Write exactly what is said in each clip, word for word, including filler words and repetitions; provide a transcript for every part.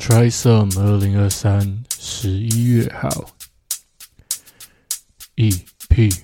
Try Some 二零二三十一月号 E P 一。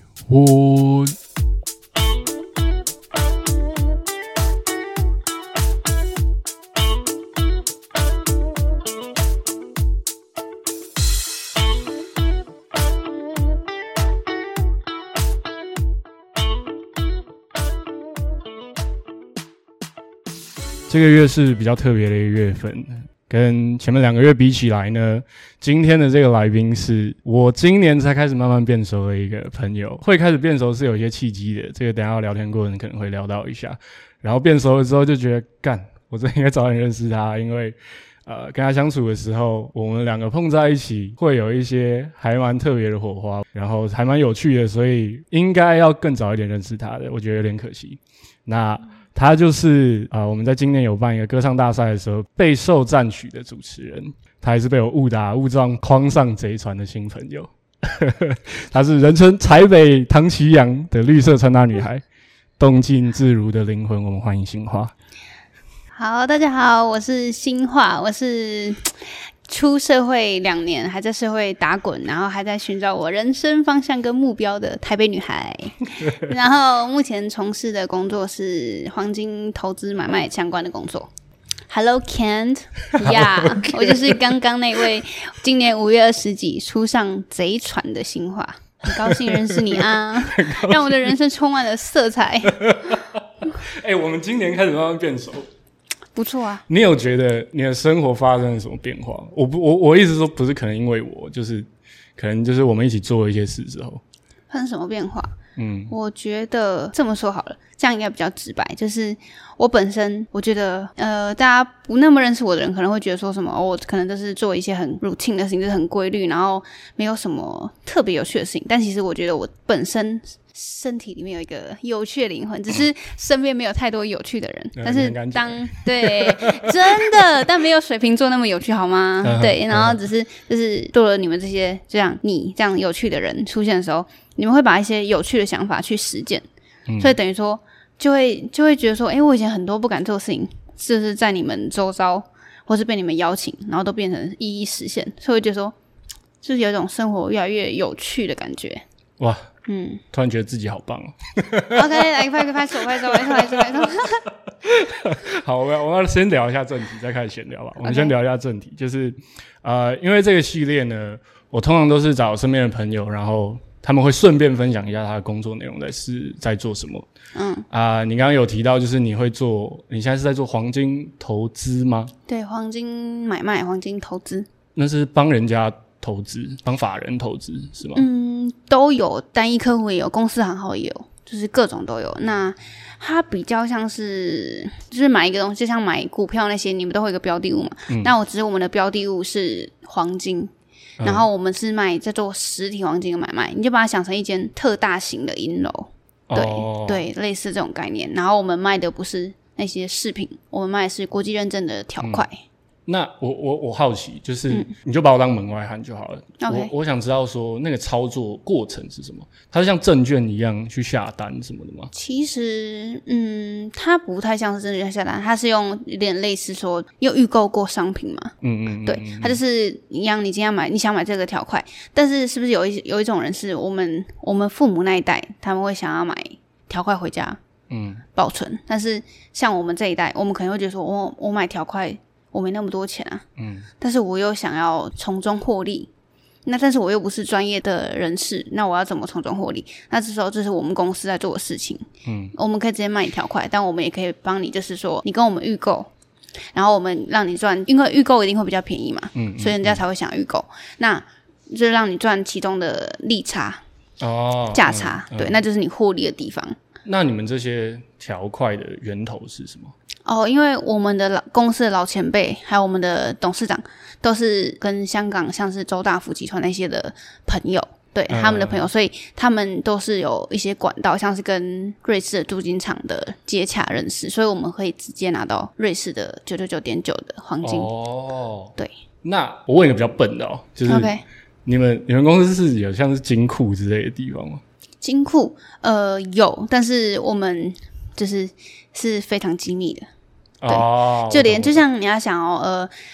这个月是比较特别的一个月份，跟前面两个月比起来呢，今天的这个来宾是我今年才开始慢慢变熟的一个朋友。会开始变熟是有一些契机的，这个等一下聊天过程可能会聊到一下。然后变熟了之后就觉得，干，我真的应该早点认识他，因为呃跟他相处的时候，我们两个碰在一起会有一些还蛮特别的火花，然后还蛮有趣的，所以应该要更早一点认识他的，我觉得有点可惜。那他就是啊、呃，我们在今年有办一个歌唱大赛的时候备受赞许的主持人，他还是被我误打误撞诓上贼船的新朋友。他是人称台北唐奇阳的绿色穿搭女孩，动静自如的灵魂。我们欢迎新化。 好，大家好，我是新化，我是出社会两年，还在社会打滚，然后还在寻找我人生方向跟目标的台北女孩。然后目前从事的工作是黄金投资买卖相关的工作。Hello Kent， 呀、yeah, 我就是刚刚那位今年五月二十几出上贼船的新化，很高兴认识你啊，让我的人生充满了色彩。 哎、欸，我们今年开始慢慢变熟。 不错啊， 你有觉得你的生活发生了什么变化？我不，我我意思说不是可能因为我，就是可能就是我们一起做了一些事之后， 发生什么变化？ 嗯， 我觉得这么说好了，这样应该比较直白。就是我本身，我觉得呃，大家不那么认识我的人，可能会觉得说什么，哦，我可能就是做一些很 routine 的事情，就是很规律，然后没有什么特别有趣的事情。但其实我觉得我本身身体里面有一个有趣的灵魂，只是身边没有太多有趣的人。嗯、但是当对真的，但没有水瓶座那么有趣，好吗？嗯、对，然后只是就是多了你们这些这样你这样有趣的人出现的时候，你们会把一些有趣的想法去实践，嗯、所以等于说就会就会觉得说，哎、欸，我以前很多不敢做的事情，就是在你们周遭或是被你们邀请，然后都变成一一实现，所以我觉得说，就是有一种生活越来越有趣的感觉。 哇！嗯，突然觉得自己好棒哦。 OK， 来拍拍手，拍手，拍手，拍手，拍手。 好，我要我要先聊一下正题，再开始闲聊吧。我们先聊一下正题， okay. 就是呃，因为这个系列呢，我通常都是找身边的朋友，然后他们会顺便分享一下他的工作内容在是在做什么。嗯啊、呃，你刚刚有提到，就是你会做，你现在是在做黄金投资吗？ 对，黄金买卖，黄金投资。 那是帮人家投资，帮法人投资是吗？ 嗯，都有，单一客户也有，公司行号也有，就是各种都有。那它比较像是，就是买一个东西，就像买股票那些，你们都会有一个标的物嘛。嗯、那我只是我们的标的物是黄金，嗯、然后我们是卖在做实体黄金的买卖，你就把它想成一间特大型的银楼，对、哦、对，类似这种概念。然后我们卖的不是那些饰品，我们卖的是国际认证的条块。嗯， 那我我我好奇，就是、嗯、你就把我当门外汉就好了。Okay. 我我想知道说那个操作过程是什么？它是像证券一样去下单什么的吗？ 其实，嗯，它不太像是证券下单，它是用有点类似说，你有预购过商品嘛？嗯嗯嗯，对，它就是一样，你今天买，你想买这个条块，但是是不是有一有一种人是我们我们父母那一代，他们会想要买条块回家，嗯，保存。但是像我们这一代，我们可能会觉得说，我我买条块。我没那么多钱啊，嗯，但是我又想要从中获利，那但是我又不是专业的人士，那我要怎么从中获利？那这时候这是我们公司在做的事情，嗯，我们可以直接卖你条块，但我们也可以帮你，就是说你跟我们预购，然后我们让你赚，因为预购一定会比较便宜嘛，嗯，所以人家才会想预购，那就让你赚其中的利差哦，价差，嗯嗯、对，那就是你获利的地方。 那你们这些条块的源头是什么？ 哦，因为我们的老公司的老前辈，还有我们的董事长，都是跟香港像是周大福集团那些的朋友，对、嗯、他们的朋友，所以他们都是有一些管道，像是跟瑞士的镀金厂的接洽认识，所以我们可以直接拿到瑞士的 九十九点九 的黄金。哦，对。 那我问一个比较笨的哦，就是你们、okay. 你们公司是有像是金库之类的地方吗？ 金库呃有，但是我们就是是非常机密的。对，哦、就连就像你要想哦，呃，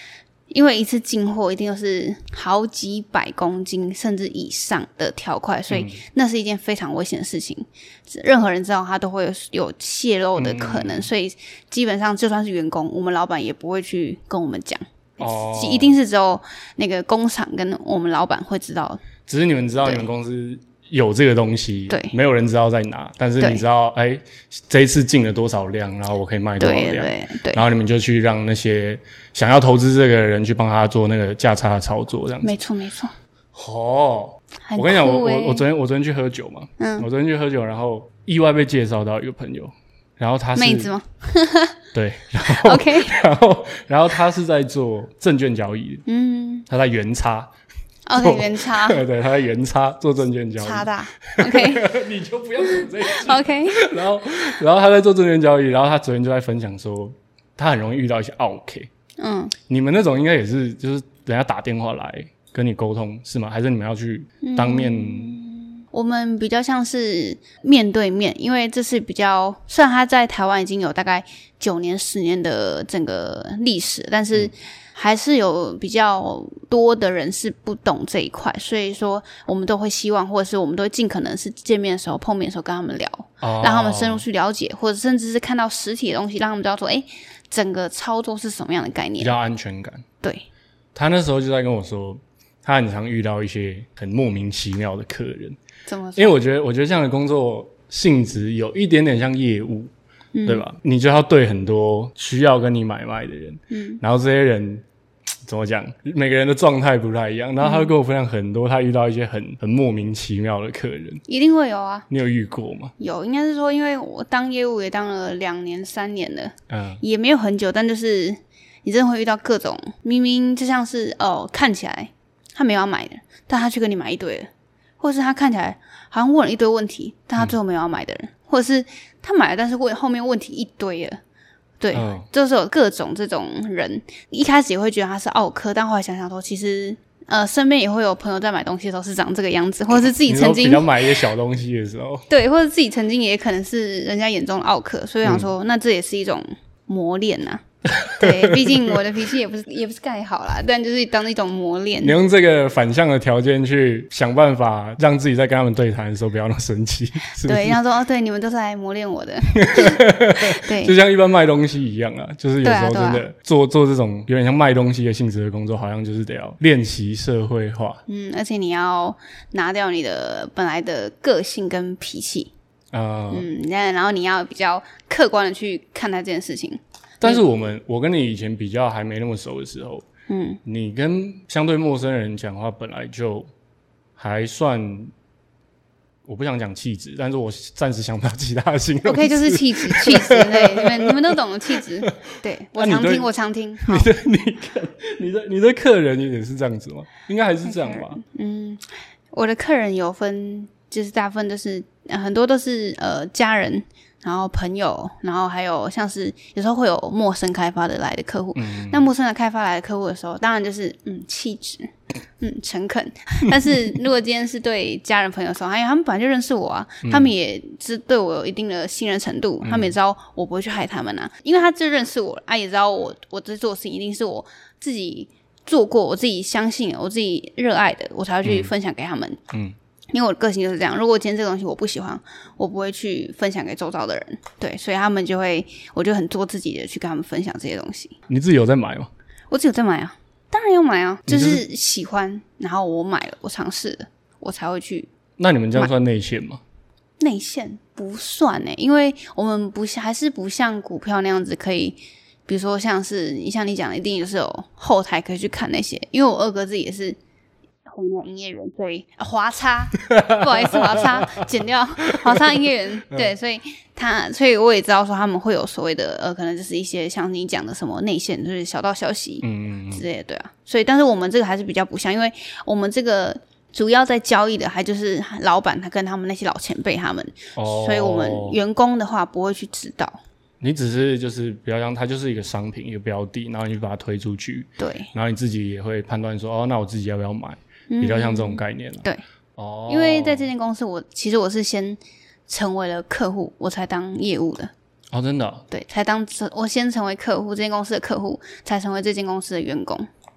因为一次进货一定都是好几百公斤甚至以上的条块，所以那是一件非常危险的事情，任何人知道他都会有有泄露的可能、嗯、所以基本上就算是员工，我们老板也不会去跟我们讲、哦、一定是只有那个工厂跟我们老板会知道，只是你们知道你们公司有这个东西，对，没有人知道在哪，但是你知道哎，这一次进了多少量，然后我可以卖多少量，对对对，然后你们就去让那些想要投资这个人去帮他做那个价差的操作，这样子。 没错没错。 哦，我跟你讲，我我我昨天我昨天去喝酒嘛，嗯，我昨天去喝酒，然后意外被介绍到一个朋友，然后他是妹子吗？ 对，然后 OK， 然后然后他是在做证券交易的，嗯，他在原差。 OK， 原差， 对对，他在原差做证券交易， 差大 ，OK， 你就不要讲这一句 ，OK， 然后然后他在做证券交易，然后他昨天就在分享说，他很容易遇到一些 OK， 嗯，你们那种应该也是，就是人家打电话来跟你沟通是吗？还是你们要去当面？ 嗯、我们比较像是面对面，因为这是比较，虽然他在台湾已经有大概九年、十年的整个历史，但是。嗯还是有比较多的人是不懂这一块，所以说我们都会希望，或者是我们都会尽可能是见面的时候、碰面的时候跟他们聊，哦、让他们深入去了解，或者甚至是看到实体的东西，让他们知道说，哎，整个操作是什么样的概念， 比较安全感。 对， 他那时候就在跟我说，他很常遇到一些很莫名其妙的客人。 怎么说？ 因为我觉得，我觉得这样的工作性质有一点点像业务，嗯、对吧？你就要对很多需要跟你买卖的人，嗯，然后这些人。怎么讲？每个人的状态不太一样，然后他会跟我分享很多他遇到一些很很莫名其妙的客人。 一定会有啊。 你有遇过吗？ 有，应该是说，因为我当业务也当了两年三年了，嗯，也没有很久，但就是你真的会遇到各种明明就像是哦看起来他没有要买的，但他去跟你买一堆了，或者是他看起来好像问了一堆问题，但他最后没有要买的人，嗯、或者是他买了，但是问后面问题一堆了。对，嗯、就是有各种这种人，一开始也会觉得他是奥客，但后来想想说，其实呃，身边也会有朋友在买东西的时候是长这个样子，或者是自己曾经比较买一些小东西的时候， 对，或者自己曾经也可能是人家眼中的奥客，所以想说，嗯、那这也是一种磨练呐、啊。对，毕竟我的脾气也不是也不是盖好啦，但就是当一种磨练。 你用这个反向的条件去想办法，让自己在跟他们对谈的时候不要那么生气。是不是？ 对，他说哦，对，你们都是来磨练我的。对， 就像一般卖东西一样啊，就是有时候真的、啊啊、做做这种有点像卖东西的性质的工作，好像就是得要练习社会化。 嗯，而且你要拿掉你的本来的个性跟脾气。Uh, 嗯，然后你要比较客观的去看待这件事情。 但是我们，我跟你以前比较还没那么熟的时候，嗯，你跟相对陌生人讲话本来就还算，我不想讲气质，但是我暂时想不到其他的形容词。 OK， 就是气质，气质对，你们你们都懂的气质。对，我常听，我常听。 你的你的你的你的客人也是这样子吗？应该还是这样吧。 嗯，我的客人有分，就是大部分都是、呃、很多都是呃家人。然后朋友，然后还有像是有时候会有陌生开发的来的客户，嗯、那陌生的开发来的客户的时候，当然就是嗯气质，嗯诚恳。但是如果今天是对家人朋友的时候，因为他们本来就认识我啊，嗯、他们也是对我有一定的信任程度，嗯、他们也知道我不会去害他们啊，因为他就认识我了，啊也知道我我这做的事情一定是我自己做过，我自己相信，我自己热爱的，我才会去分享给他们。嗯。嗯因为我的个性就是这样，如果今天这个东西我不喜欢，我不会去分享给周遭的人，对，所以他们就会，我就很做自己的去跟他们分享这些东西。 你自己有在买吗？ 我自己有在买啊，当然有买啊，就是、就是喜欢，然后我买了，我尝试了，我才会去。 那你们这样算内线吗？ 内线不算欸，因为我们不还是不像股票那样子可以，比如说像是你像你讲的，一定就是有后台可以去看那些，因为我二哥自己也是。后面的营业员，所以华差，不好意思，华差剪掉，华差营业员，对，所以他，所以我也知道说他们会有所谓的呃，可能就是一些像你讲的什么内线，就是小道消息嗯之类的，对啊，所以但是我们这个还是比较不像，因为我们这个主要在交易的还就是老板他跟他们那些老前辈他们，哦、所以我们员工的话不会去知道。 你只是就是比较像它就是一个商品一个标的，然后你就把它推出去， 对， 然后你自己也会判断说，哦，那我自己要不要买？比较像这种概念、啊嗯、 对哦，因为在这间公司我其实我是先成为了客户我才当业务的哦，真的、哦、 对，才当我先成为客户，这间公司的客户才成为这间公司的员工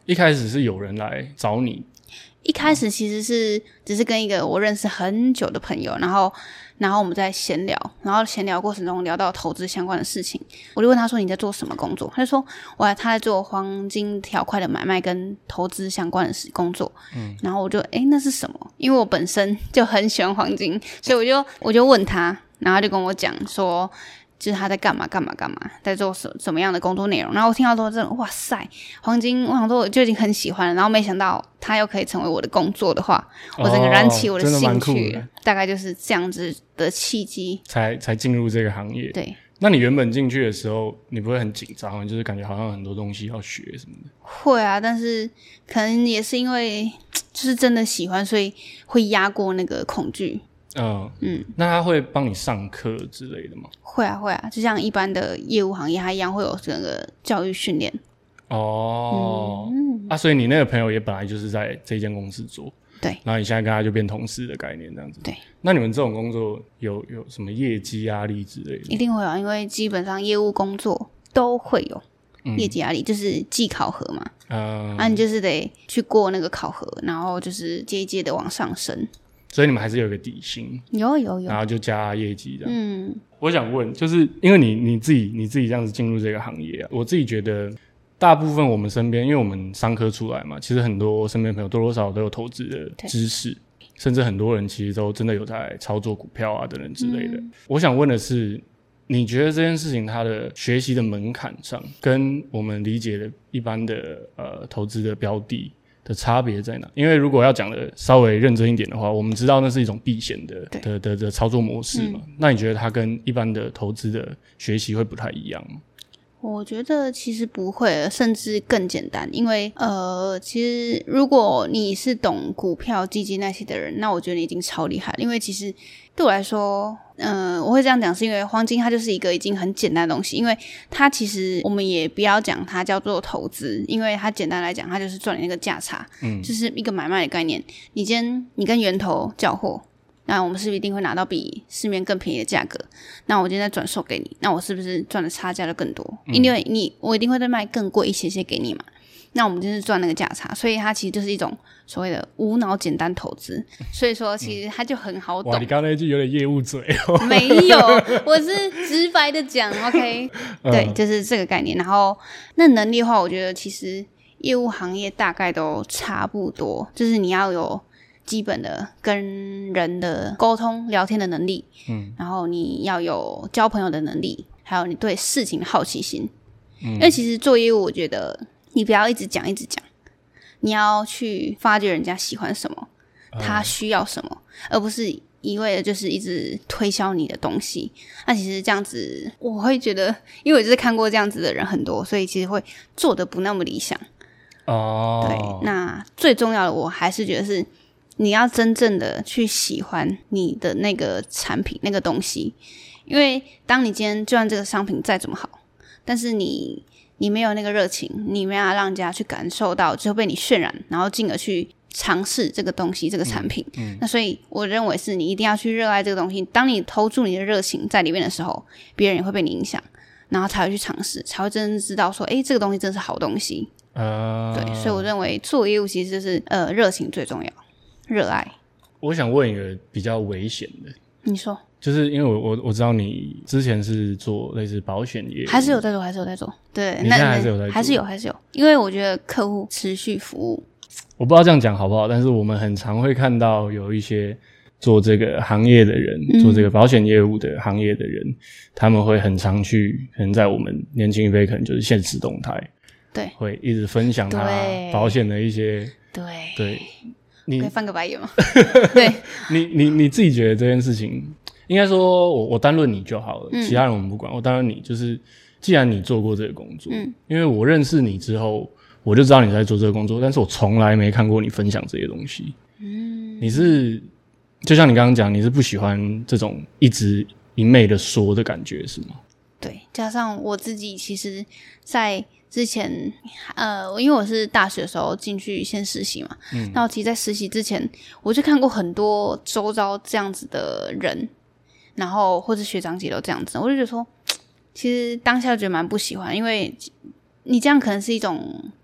一开始是有人来找你？ 一开始其实是只是跟一个我认识很久的朋友，然后然后我们在闲聊，然后闲聊过程中聊到投资相关的事情，我就问他说你在做什么工作，他就说我他在做黄金条块的买卖跟投资相关的工作。嗯，然后我就诶那是什么？因为我本身就很喜欢黄金，所以我就我就问他，然后他就跟我讲说就是他在干嘛干嘛干嘛，在做什什么样的工作内容。然后我听到说真的哇塞，黄金，我想说我就已经很喜欢了，然后没想到他又可以成为我的工作的话，我整个燃起我的兴趣、哦、大概就是这样子的契机才才进入这个行业。 对， 那你原本进去的时候你不会很紧张，就是感觉好像很多东西要学什么的？ 会啊，但是可能也是因为就是真的喜欢，所以会压过那个恐惧。 嗯嗯，那他会帮你上课之类的吗？ 会啊会啊，就像一般的业务行业，他一样会有整个教育训练。 哦、嗯，啊，所以你那个朋友也本来就是在这间公司做， 对， 然后你现在跟他就变同事的概念这样子。 对， 那你们这种工作有有什么业绩压力之类的？ 一定会有，因为基本上业务工作都会有业绩压力，嗯、就是季考核嘛，嗯，啊，你就是得去过那个考核，然后就是阶一阶的往上升。 所以你们还是有一个底薪， 有有有， 然后就加业绩这样。 嗯， 我想问，就是因为你你自己你自己这样子进入这个行业啊，我自己觉得大部分我们身边，因为我们商科出来嘛，其实很多身边朋友多多少少都有投资的知识，甚至很多人其实都真的有在操作股票啊等等之类的。嗯、我想问的是，你觉得这件事情它的学习的门槛上，跟我们理解的一般的呃投资的标的的差别在哪？因为如果要讲的稍微认真一点的话，我们知道那是一种避险的的的的操作模式嘛、嗯。那你觉得它跟一般的投资的学习会不太一样吗？ 我觉得其实不会，甚至更简单。因为呃，其实如果你是懂股票、基金那些的人，那我觉得你已经超厉害了。因为其实对我来说，嗯、呃，我会这样讲，是因为黄金它就是一个已经很简单的东西。因为它其实我们也不要讲它叫做投资，因为它简单来讲，它就是赚你那个价差，嗯，就是一个买卖的概念。你今天你跟源头交货，那我们是不是一定会拿到比市面更便宜的价格？那我今天再转售给你，那我是不是赚的差价就更多？嗯、因为你我一定会再卖更贵一些些给你嘛。那我们就是赚那个价差，所以它其实就是一种所谓的无脑简单投资。所以说，其实它就很好懂。 哇，你刚刚那句有点业务嘴哦。 没有，我是直白的讲 ，OK，、嗯、对，就是这个概念。然后那能力的话，我觉得其实业务行业大概都差不多，就是你要有基本的跟人的沟通聊天的能力，嗯，然后你要有交朋友的能力，还有你对事情的好奇心。嗯，因为其实做业务，我觉得你不要一直讲一直讲，你要去发掘人家喜欢什么，他需要什么，嗯、而不是一味的就是一直推销你的东西。那其实这样子，我会觉得，因为我就是看过这样子的人很多，所以其实会做得不那么理想。哦，对，那最重要的，我还是觉得是你要真正的去喜欢你的那个产品那个东西。因为当你今天就算这个商品再怎么好，但是你你没有那个热情，你没有让人家去感受到，就被你渲染，然后进而去尝试这个东西这个产品、嗯嗯、那所以我认为是你一定要去热爱这个东西。当你投注你的热情在里面的时候，别人也会被你影响，然后才会去尝试，才会真正知道说诶这个东西真是好东西、呃、对，所以我认为做业务其实就是呃热情最重要，热爱。 我想问一个比较危险的， 你说。 就是因为我我我知道你之前是做类似保险业， 还是有在做，还是有在做。对， 你现在还是有在做， 还是有，还是有。因为我觉得客户持续服务， 我不知道这样讲好不好，但是我们很常会看到有一些做这个行业的人，嗯、做这个保险业务的行业的人，他们会很常去，可能在我们年轻一辈，可能就是现实动态， 对， 会一直分享他保险的一些， 对对，你可以翻个白眼吗？对， 你你你自己觉得这件事情？应该说我我单论你就好了、嗯、其他人我们不管，我单论你，就是既然你做过这个工作、嗯、因为我认识你之后我就知道你在做这个工作，但是我从来没看过你分享这些东西。嗯，你是就像你刚刚讲，你是不喜欢这种一直一昧的说的感觉是吗？ 对，加上我自己其实在之前呃，因为我是大学的时候进去先实习嘛，嗯，那我其实在实习之前我就看过很多周遭这样子的人，然后或者学长姐都这样子，我就觉得说其实当下就觉得蛮不喜欢，因为你这样可能是一种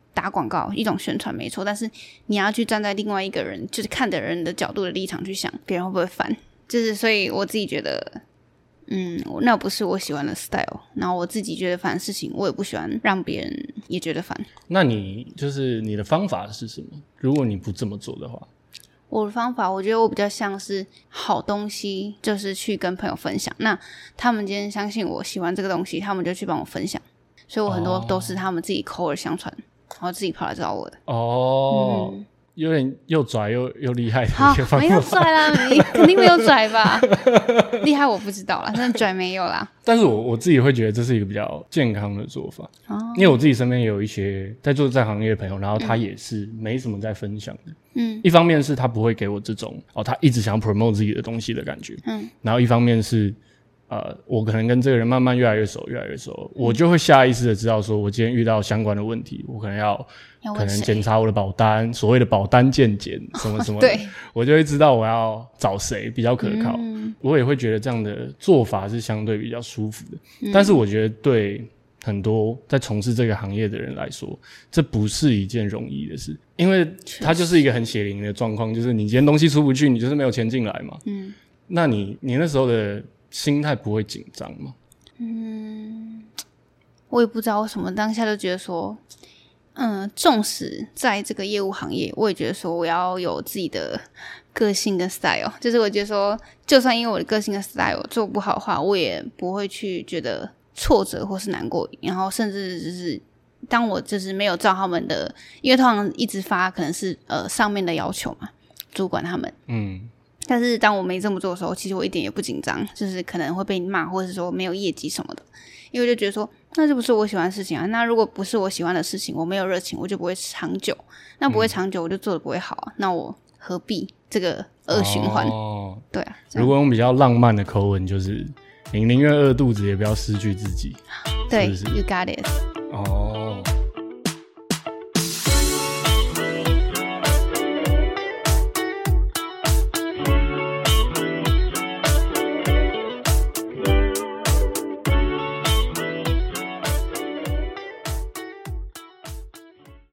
打广告，一种宣传没错，但是你要去站在另外一个人就是看的人的角度的立场去想别人会不会烦，就是所以我自己觉得嗯，那不是我喜欢的 style， 然后我自己觉得烦的事情我也不喜欢让别人也觉得烦。 那你就是你的方法是什么？如果你不这么做的话？ 我的方法我觉得我比较像是好东西就是去跟朋友分享，那他们今天相信我喜欢这个东西，他们就去帮我分享，所以我很多都是他们自己口耳相传，然后自己跑来找我的。 哦、嗯，有点又拽又又厉害的一个方法。 没有拽啦，你肯定没有拽吧？厉害我不知道啦，但拽没有啦。 但是我我自己会觉得这是一个比较健康的做法，哦、因为我自己身边也有一些在做这行业的朋友，然后他也是没什么在分享的。嗯，一方面是他不会给我这种哦，他一直想要 promote 自己的东西的感觉。嗯，然后一方面是呃，我可能跟这个人慢慢越来越熟，越来越熟，嗯、我就会下意识的知道说，我今天遇到相关的问题，我可能要。可能检查我的保单，所谓的保单健检什么什么的，对，我就会知道我要找谁比较可靠。嗯、我也会觉得这样的做法是相对比较舒服的。嗯、但是我觉得对很多在从事这个行业的人来说，这不是一件容易的事，因为它就是一个很血淋的状况，就是你今天东西出不去，你就是没有钱进来嘛。嗯，那你你那时候的心态不会紧张吗？嗯， 我也不知道为什么当下就觉得说。嗯，纵使在这个业务行业，我也觉得说我要有自己的个性跟 style， 就是我觉得说，就算因为我的个性跟 style 做不好的话，我也不会去觉得挫折或是难过，然后甚至就是当我就是没有照他们的，因为通常一直发可能是呃上面的要求嘛，主管他们，嗯，但是当我没这么做的时候，其实我一点也不紧张，就是可能会被骂，或者是说没有业绩什么的，因为我就觉得说。那这不是我喜欢的事情啊！那如果不是我喜欢的事情，我没有热情，我就不会长久。那不会长久，我就做的不会好啊。那我何必这个恶循环？哦，对啊。 如果用比较浪漫的口吻，就是你宁愿饿肚子，也不要失去自己。 对，是是 ，You got it。 哦。